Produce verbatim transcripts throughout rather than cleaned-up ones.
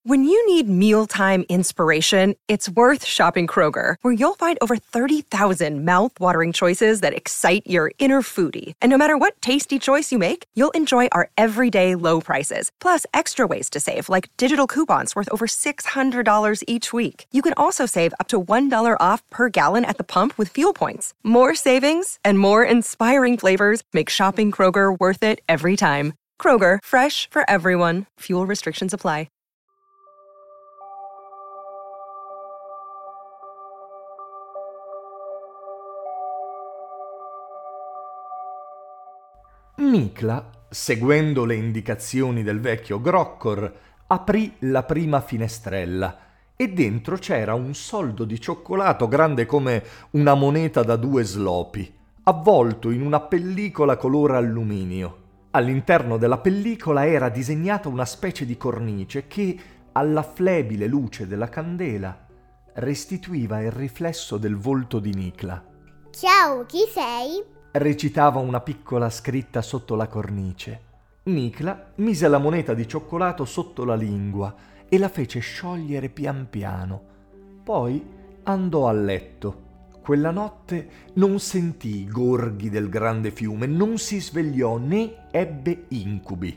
When you need mealtime inspiration, it's worth shopping Kroger, where you'll find over thirty thousand mouth-watering choices that excite your inner foodie. And no matter what tasty choice you make, you'll enjoy our everyday low prices, plus extra ways to save, like digital coupons worth over six hundred dollars each week. You can also save up to one dollar off per gallon at the pump with fuel points. More savings and more inspiring flavors make shopping Kroger worth it every time. Kroger, fresh for everyone. Fuel restrictions apply. Nicla, seguendo le indicazioni del vecchio Groccor, aprì la prima finestrella e dentro c'era un soldo di cioccolato grande come una moneta da due slopi, avvolto in una pellicola color alluminio. All'interno della pellicola era disegnata una specie di cornice che, alla flebile luce della candela, restituiva il riflesso del volto di Nicla. «Ciao, chi sei?» recitava una piccola scritta sotto la cornice. Nicla mise la moneta di cioccolato sotto la lingua e la fece sciogliere pian piano. Poi andò a letto. Quella notte non sentì i gorghi del grande fiume, non si svegliò né ebbe incubi.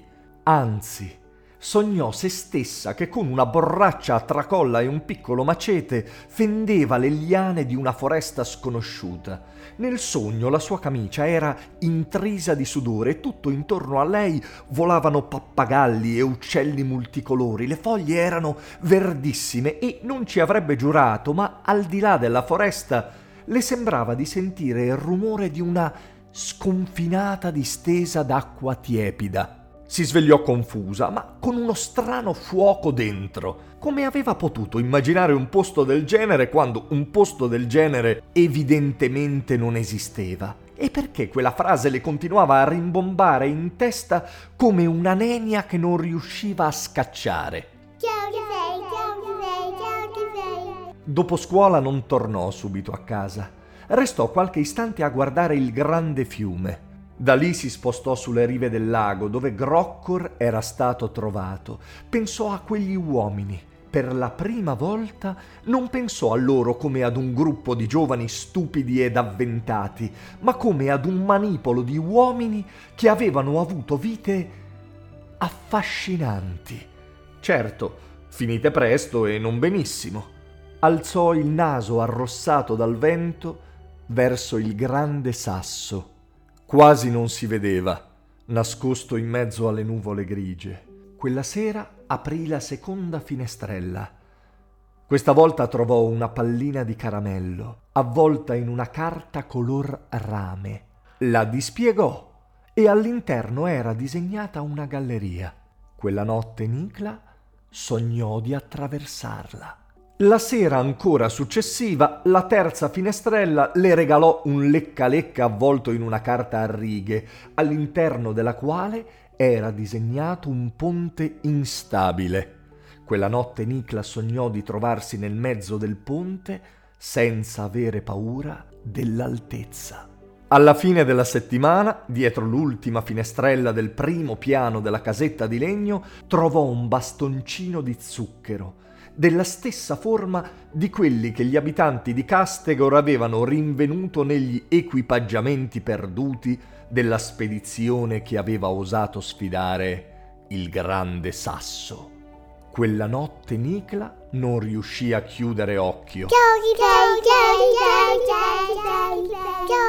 Anzi, sognò se stessa che con una borraccia a tracolla e un piccolo macete fendeva le liane di una foresta sconosciuta. Nel sogno la sua camicia era intrisa di sudore e tutto intorno a lei volavano pappagalli e uccelli multicolori. Le foglie erano verdissime e non ci avrebbe giurato, ma al di là della foresta le sembrava di sentire il rumore di una sconfinata distesa d'acqua tiepida. Si svegliò confusa, ma con uno strano fuoco dentro. Come aveva potuto immaginare un posto del genere quando un posto del genere evidentemente non esisteva? E perché quella frase le continuava a rimbombare in testa come una nenia che non riusciva a scacciare? Ciao, chi sei? Ciao, chi sei? Ciao, chi sei? Dopo scuola non tornò subito a casa. Restò qualche istante a guardare il grande fiume. Da lì si spostò sulle rive del lago dove Groccor era stato trovato. Pensò a quegli uomini. Per la prima volta non pensò a loro come ad un gruppo di giovani stupidi ed avventati, ma come ad un manipolo di uomini che avevano avuto vite affascinanti. Certo, finite presto e non benissimo. Alzò il naso arrossato dal vento verso il grande sasso. Quasi non si vedeva, nascosto in mezzo alle nuvole grigie. Quella sera aprì la seconda finestrella. Questa volta trovò una pallina di caramello, avvolta in una carta color rame. La dispiegò e all'interno era disegnata una galleria. Quella notte Nicla sognò di attraversarla. La sera ancora successiva, la terza finestrella le regalò un lecca-lecca avvolto in una carta a righe, all'interno della quale era disegnato un ponte instabile. Quella notte Nicla sognò di trovarsi nel mezzo del ponte senza avere paura dell'altezza. Alla fine della settimana, dietro l'ultima finestrella del primo piano della casetta di legno, trovò un bastoncino di zucchero, della stessa forma di quelli che gli abitanti di Castegor avevano rinvenuto negli equipaggiamenti perduti della spedizione che aveva osato sfidare il grande sasso. Quella notte Nicla non riuscì a chiudere occhio. Ciao, chi sei? Ciao, chi sei? Ciao, chi sei? Ciao,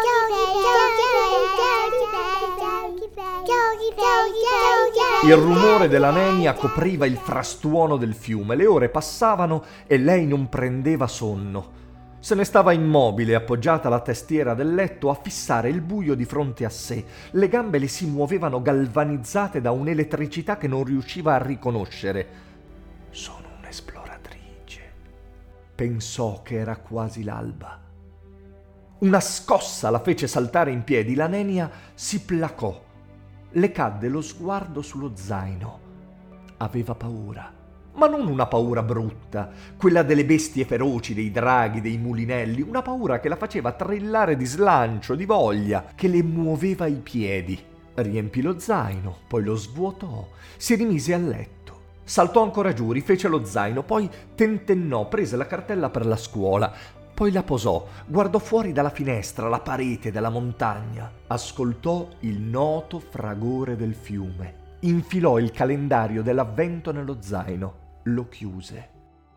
chi sei? Ciao, chi sei? Il rumore della nenia copriva il frastuono del fiume, le ore passavano e lei non prendeva sonno. Se ne stava immobile, appoggiata alla tastiera del letto, a fissare il buio di fronte a sé. Le gambe le si muovevano galvanizzate da un'elettricità che non riusciva a riconoscere. Sono un'esploratrice. Pensò che era quasi l'alba. Una scossa la fece saltare in piedi. La nenia si placò. Le cadde lo sguardo sullo zaino. Aveva paura, ma non una paura brutta, quella delle bestie feroci, dei draghi, dei mulinelli, una paura che la faceva trillare di slancio, di voglia, che le muoveva i piedi. Riempì lo zaino, poi lo svuotò, si rimise a letto. Saltò ancora giù, rifece lo zaino, poi tentennò, prese la cartella per la scuola, poi la posò, guardò fuori dalla finestra la parete della montagna, ascoltò il noto fragore del fiume, infilò il calendario dell'avvento nello zaino, lo chiuse.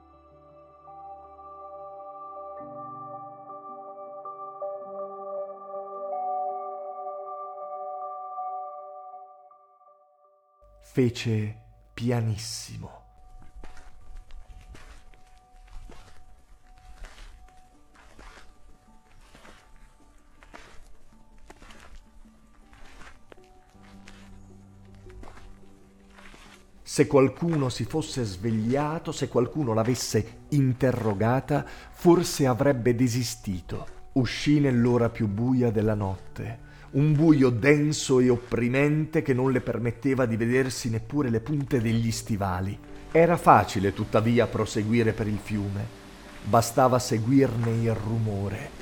Fece pianissimo. Se qualcuno si fosse svegliato, se qualcuno l'avesse interrogata, forse avrebbe desistito. Uscì nell'ora più buia della notte. Un buio denso e opprimente che non le permetteva di vedersi neppure le punte degli stivali. Era facile, tuttavia, proseguire per il fiume. Bastava seguirne il rumore.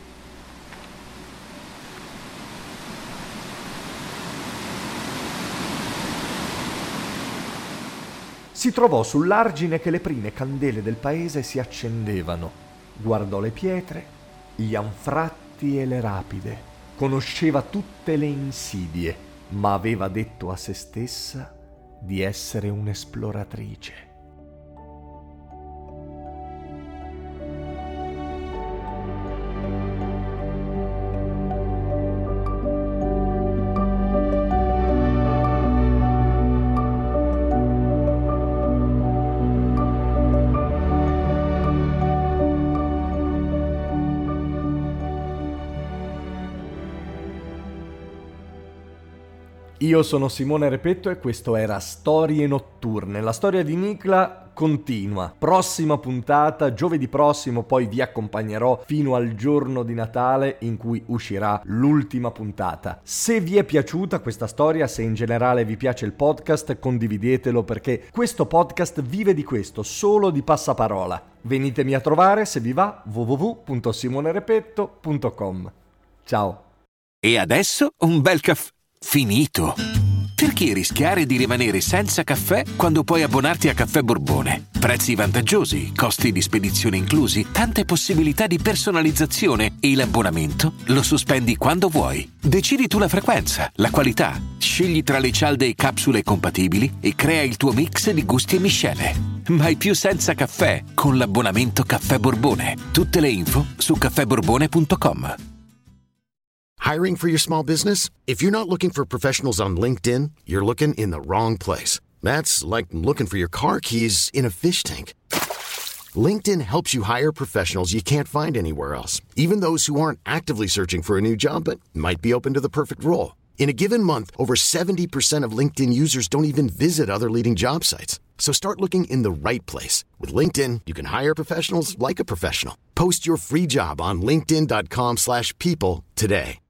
Si trovò sull'argine che le prime candele del paese si accendevano. Guardò le pietre, gli anfratti e le rapide. Conosceva tutte le insidie, ma aveva detto a se stessa di essere un'esploratrice. Io sono Simone Repetto e questo era Storie Notturne. La storia di Nicla continua. Prossima puntata, giovedì prossimo, poi vi accompagnerò fino al giorno di Natale in cui uscirà l'ultima puntata. Se vi è piaciuta questa storia, se in generale vi piace il podcast, condividetelo perché questo podcast vive di questo, solo di passaparola. Venitemi a trovare se vi va w w w punto simone repetto punto com. Ciao. E adesso un bel caffè finito. Perché rischiare di rimanere senza caffè quando puoi abbonarti a Caffè Borbone? Prezzi vantaggiosi, costi di spedizione inclusi, tante possibilità di personalizzazione e l'abbonamento lo sospendi quando vuoi. Decidi tu la frequenza, la qualità, scegli tra le cialde e capsule compatibili e crea il tuo mix di gusti e miscele. Mai più senza caffè con l'abbonamento Caffè Borbone. Tutte le info su caffè borbone punto com. Hiring for your small business? If you're not looking for professionals on LinkedIn, you're looking in the wrong place. That's like looking for your car keys in a fish tank. LinkedIn helps you hire professionals you can't find anywhere else, even those who aren't actively searching for a new job but might be open to the perfect role. In a given month, over seventy percent of LinkedIn users don't even visit other leading job sites. So start looking in the right place. With LinkedIn, you can hire professionals like a professional. Post your free job on linkedin dot com slash people today.